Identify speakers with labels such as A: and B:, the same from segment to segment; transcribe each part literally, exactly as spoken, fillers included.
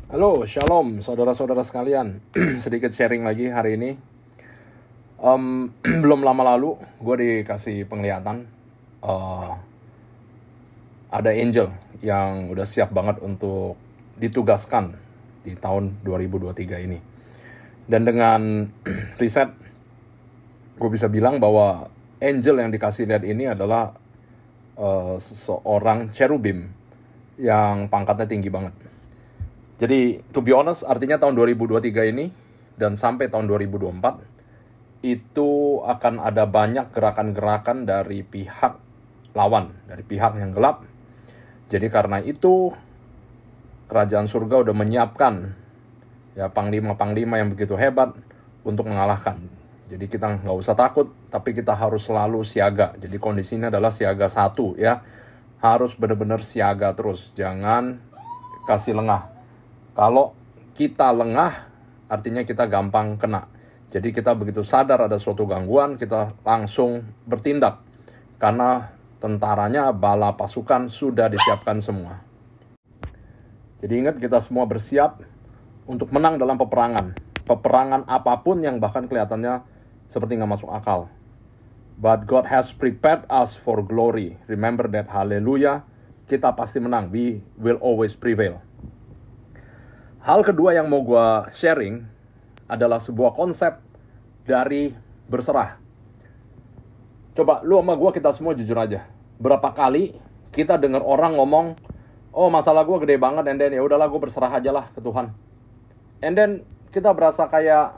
A: Halo, shalom saudara-saudara sekalian. Sedikit sharing lagi hari ini. Um, belum lama lalu, gue dikasih penglihatan uh, ada angel yang udah siap banget untuk ditugaskan di tahun dua ribu dua puluh tiga ini. Dan dengan riset, gue bisa bilang bahwa angel yang dikasih lihat ini adalah uh, seorang cherubim yang pangkatnya tinggi banget. Jadi, to be honest, artinya tahun dua ribu dua puluh tiga ini dan sampai tahun dua ribu dua puluh empat itu akan ada banyak gerakan-gerakan dari pihak lawan, dari pihak yang gelap. Jadi karena itu, kerajaan surga udah menyiapkan ya panglima-panglima yang begitu hebat untuk mengalahkan. Jadi kita nggak usah takut, tapi kita harus selalu siaga. Jadi kondisinya adalah siaga satu ya. Harus benar-benar siaga terus, jangan kasih lengah. Kalau kita lengah, artinya kita gampang kena. Jadi kita begitu sadar ada suatu gangguan, kita langsung bertindak. Karena tentaranya, bala pasukan sudah disiapkan semua. Jadi ingat, kita semua bersiap untuk menang dalam peperangan. Peperangan apapun yang bahkan kelihatannya seperti nggak masuk akal. But God has prepared us for glory. Remember that, haleluya, kita pasti menang. We will always prevail. Hal kedua yang mau gue sharing adalah sebuah konsep dari berserah. Coba lu sama gue, kita semua jujur aja. Berapa kali kita dengar orang ngomong, oh masalah gue gede banget, and then ya udahlah gue berserah aja lah ke Tuhan. And then kita berasa kayak,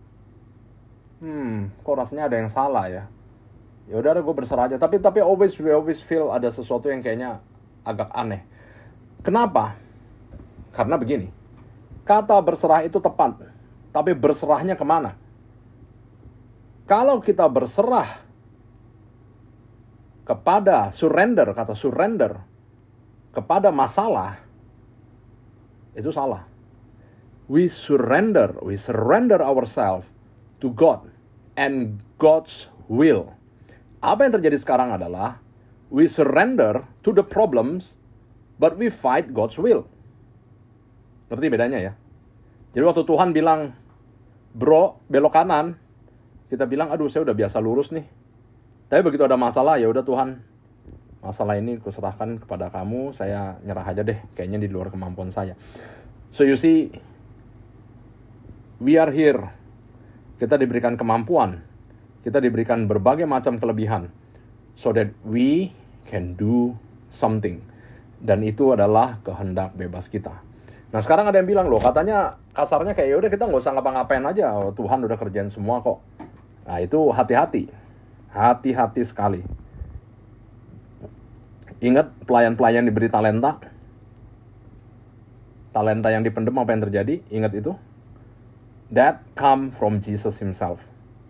A: hmm, kok rasanya ada yang salah ya. Ya udah gue berserah aja. Tapi tapi always we always feel ada sesuatu yang kayaknya agak aneh. Kenapa? Karena begini. Kata berserah itu tepat, tapi berserahnya kemana? Kalau kita berserah kepada surrender, kata surrender, kepada masalah, itu salah. We surrender, we surrender ourselves to God and God's will. Apa yang terjadi sekarang adalah, we surrender to the problems, but we fight God's will. Ngerti bedanya ya? Jadi waktu Tuhan bilang, bro, belok kanan, kita bilang, aduh saya udah biasa lurus nih. Tapi begitu ada masalah, ya udah Tuhan, masalah ini kuserahkan kepada kamu, saya nyerah aja deh, kayaknya di luar kemampuan saya. So you see, we are here. Kita diberikan kemampuan, kita diberikan berbagai macam kelebihan, so that we can do something. Dan itu adalah kehendak bebas kita. Nah sekarang ada yang bilang, loh katanya kasarnya kayak yaudah kita nggak usah ngapa-ngapain aja, oh, Tuhan udah kerjain semua kok. Nah itu hati-hati, hati-hati sekali. Ingat pelayan-pelayan diberi talenta, talenta yang dipendem apa yang terjadi, ingat itu. That come from Jesus himself.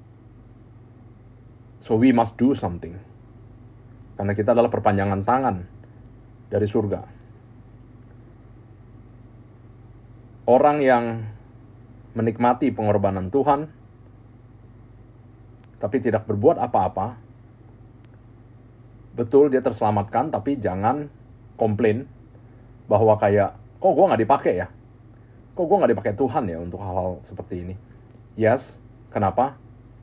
A: So we must do something. Karena kita adalah perpanjangan tangan dari surga. Orang yang menikmati pengorbanan Tuhan, tapi tidak berbuat apa-apa, betul dia terselamatkan, tapi jangan komplain bahwa kayak, kok gue gak dipakai ya? Kok gue gak dipakai Tuhan ya untuk hal-hal seperti ini? Yes, kenapa?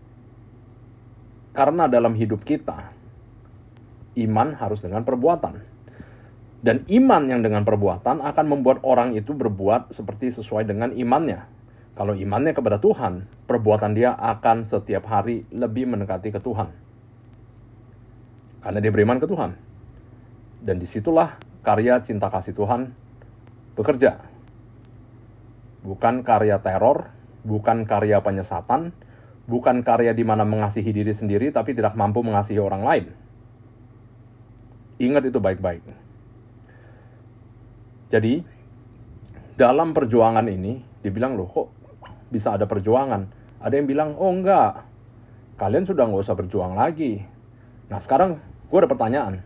A: Karena dalam hidup kita, iman harus dengan perbuatan. Dan iman yang dengan perbuatan akan membuat orang itu berbuat seperti sesuai dengan imannya. Kalau imannya kepada Tuhan, perbuatan dia akan setiap hari lebih mendekati ke Tuhan. Karena dia beriman ke Tuhan. Dan disitulah karya cinta kasih Tuhan bekerja. Bukan karya teror, bukan karya penyesatan, bukan karya di mana mengasihi diri sendiri tapi tidak mampu mengasihi orang lain. Ingat itu baik-baik. Jadi, dalam perjuangan ini, dibilang loh kok bisa ada perjuangan. Ada yang bilang, oh enggak, kalian sudah nggak usah berjuang lagi. Nah sekarang gue ada pertanyaan.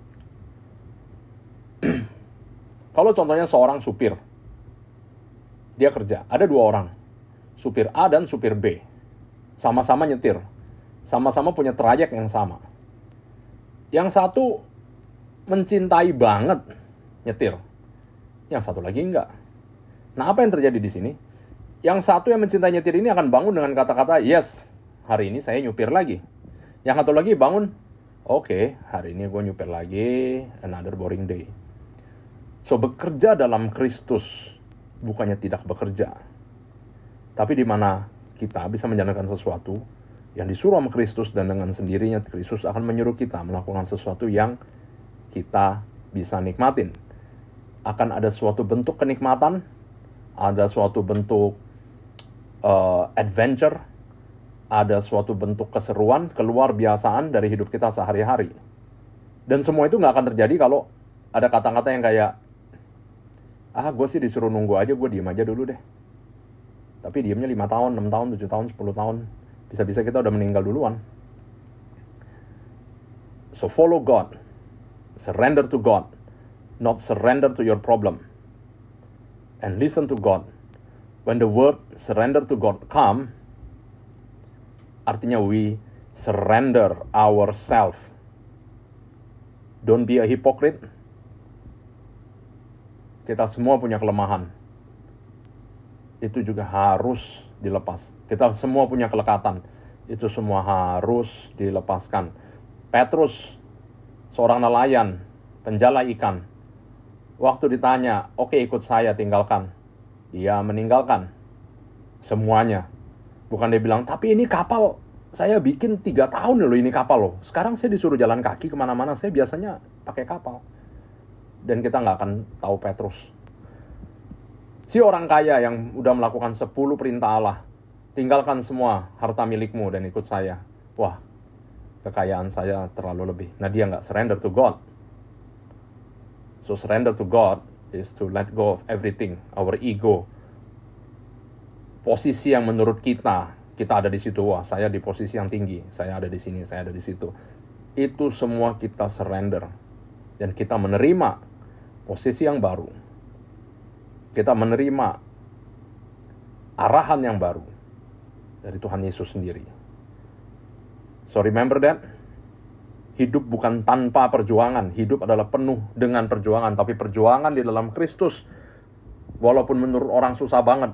A: Kalau contohnya seorang supir, dia kerja, ada dua orang, supir A dan supir B, sama-sama nyetir, sama-sama punya trayek yang sama. Yang satu mencintai banget nyetir, yang satu lagi enggak. Nah, apa yang terjadi di sini? Yang satu yang mencintai nyetir ini akan bangun dengan kata-kata, yes, hari ini saya nyupir lagi. Yang satu lagi bangun, oke, okay, hari ini gue nyupir lagi, another boring day. So, bekerja dalam Kristus bukannya tidak bekerja. Tapi di mana kita bisa menjalankan sesuatu yang disuruh sama Kristus, dan dengan sendirinya Kristus akan menyuruh kita melakukan sesuatu yang kita bisa nikmatin. Akan ada suatu bentuk kenikmatan, ada suatu bentuk uh, adventure, ada suatu bentuk keseruan, keluar biasaan dari hidup kita sehari-hari. Dan semua itu gak akan terjadi kalau ada kata-kata yang kayak, ah gue sih disuruh nunggu aja, gue diem aja dulu deh. Tapi diemnya lima tahun, enam tahun, tujuh tahun, sepuluh tahun. Bisa-bisa kita udah meninggal duluan. So follow God. Surrender to God. Not surrender to your problem. And listen to God. When the word surrender to God come, artinya we surrender ourselves. Don't be a hypocrite. Kita semua punya kelemahan. Itu juga harus dilepas. Kita semua punya kelekatan. Itu semua harus dilepaskan. Petrus, seorang nelayan, penjala ikan. Waktu ditanya, oke okay, ikut saya, tinggalkan. Dia meninggalkan semuanya. Bukan dia bilang, tapi ini kapal, saya bikin tiga tahun loh ini kapal loh. Sekarang saya disuruh jalan kaki kemana-mana, saya biasanya pakai kapal. Dan kita nggak akan tahu Petrus. Si orang kaya yang udah melakukan sepuluh perintah Allah, tinggalkan semua harta milikmu dan ikut saya. Wah, kekayaan saya terlalu lebih. Nah, dia nggak surrender to God. So surrender to God is to let go of everything, our ego. Posisi yang menurut kita, kita ada di situ. Wah, saya di posisi yang tinggi, saya ada di sini, saya ada di situ. Itu semua kita surrender. Dan kita menerima posisi yang baru. Kita menerima arahan yang baru dari Tuhan Yesus sendiri. So remember that. Hidup bukan tanpa perjuangan. Hidup adalah penuh dengan perjuangan. Tapi perjuangan di dalam Kristus, walaupun menurut orang susah banget,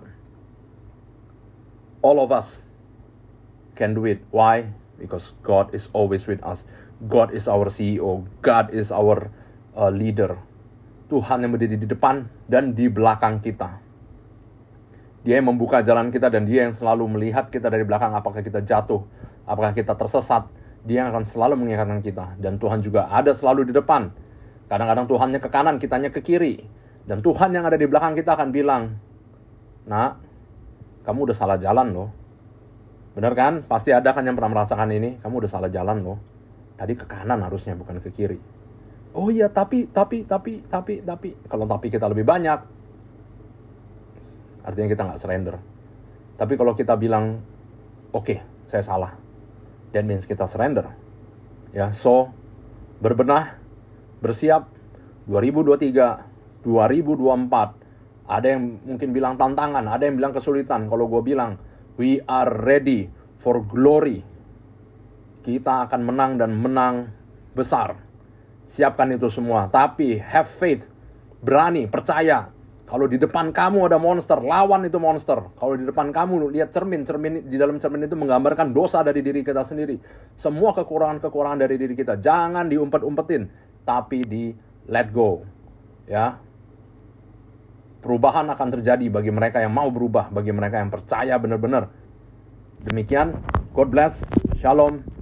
A: all of us can do it. Why? Because God is always with us. God is our C E O. God is our uh, leader. Tuhan yang berdiri di depan dan di belakang kita. Dia yang membuka jalan kita dan dia yang selalu melihat kita dari belakang. Apakah kita jatuh, apakah kita tersesat, dia yang akan selalu mengingatkan kita. Dan Tuhan juga ada selalu di depan. Kadang-kadang Tuhannya ke kanan, kitanya ke kiri. Dan Tuhan yang ada di belakang kita akan bilang, nak, kamu udah salah jalan loh. Benar kan? Pasti ada kan yang pernah merasakan ini. Kamu udah salah jalan loh. Tadi ke kanan harusnya, bukan ke kiri. Oh iya, tapi, tapi, tapi, tapi, tapi. Kalau tapi kita lebih banyak, artinya kita nggak surrender. Tapi kalau kita bilang, oke, okay, saya salah. That means kita surrender. Ya, so, berbenah, bersiap, dua ribu dua puluh tiga, dua ribu dua puluh empat. Ada yang mungkin bilang tantangan, ada yang bilang kesulitan. Kalau gue bilang, we are ready for glory. Kita akan menang dan menang besar. Siapkan itu semua. Tapi have faith. Berani, percaya. Kalau di depan kamu ada monster, lawan itu monster. Kalau di depan kamu lihat cermin, cermin di dalam cermin itu menggambarkan dosa dari diri kita sendiri. Semua kekurangan-kekurangan dari diri kita. Jangan diumpet-umpetin, tapi di let go. Ya. Perubahan akan terjadi bagi mereka yang mau berubah, bagi mereka yang percaya benar-benar. Demikian, God bless, Shalom.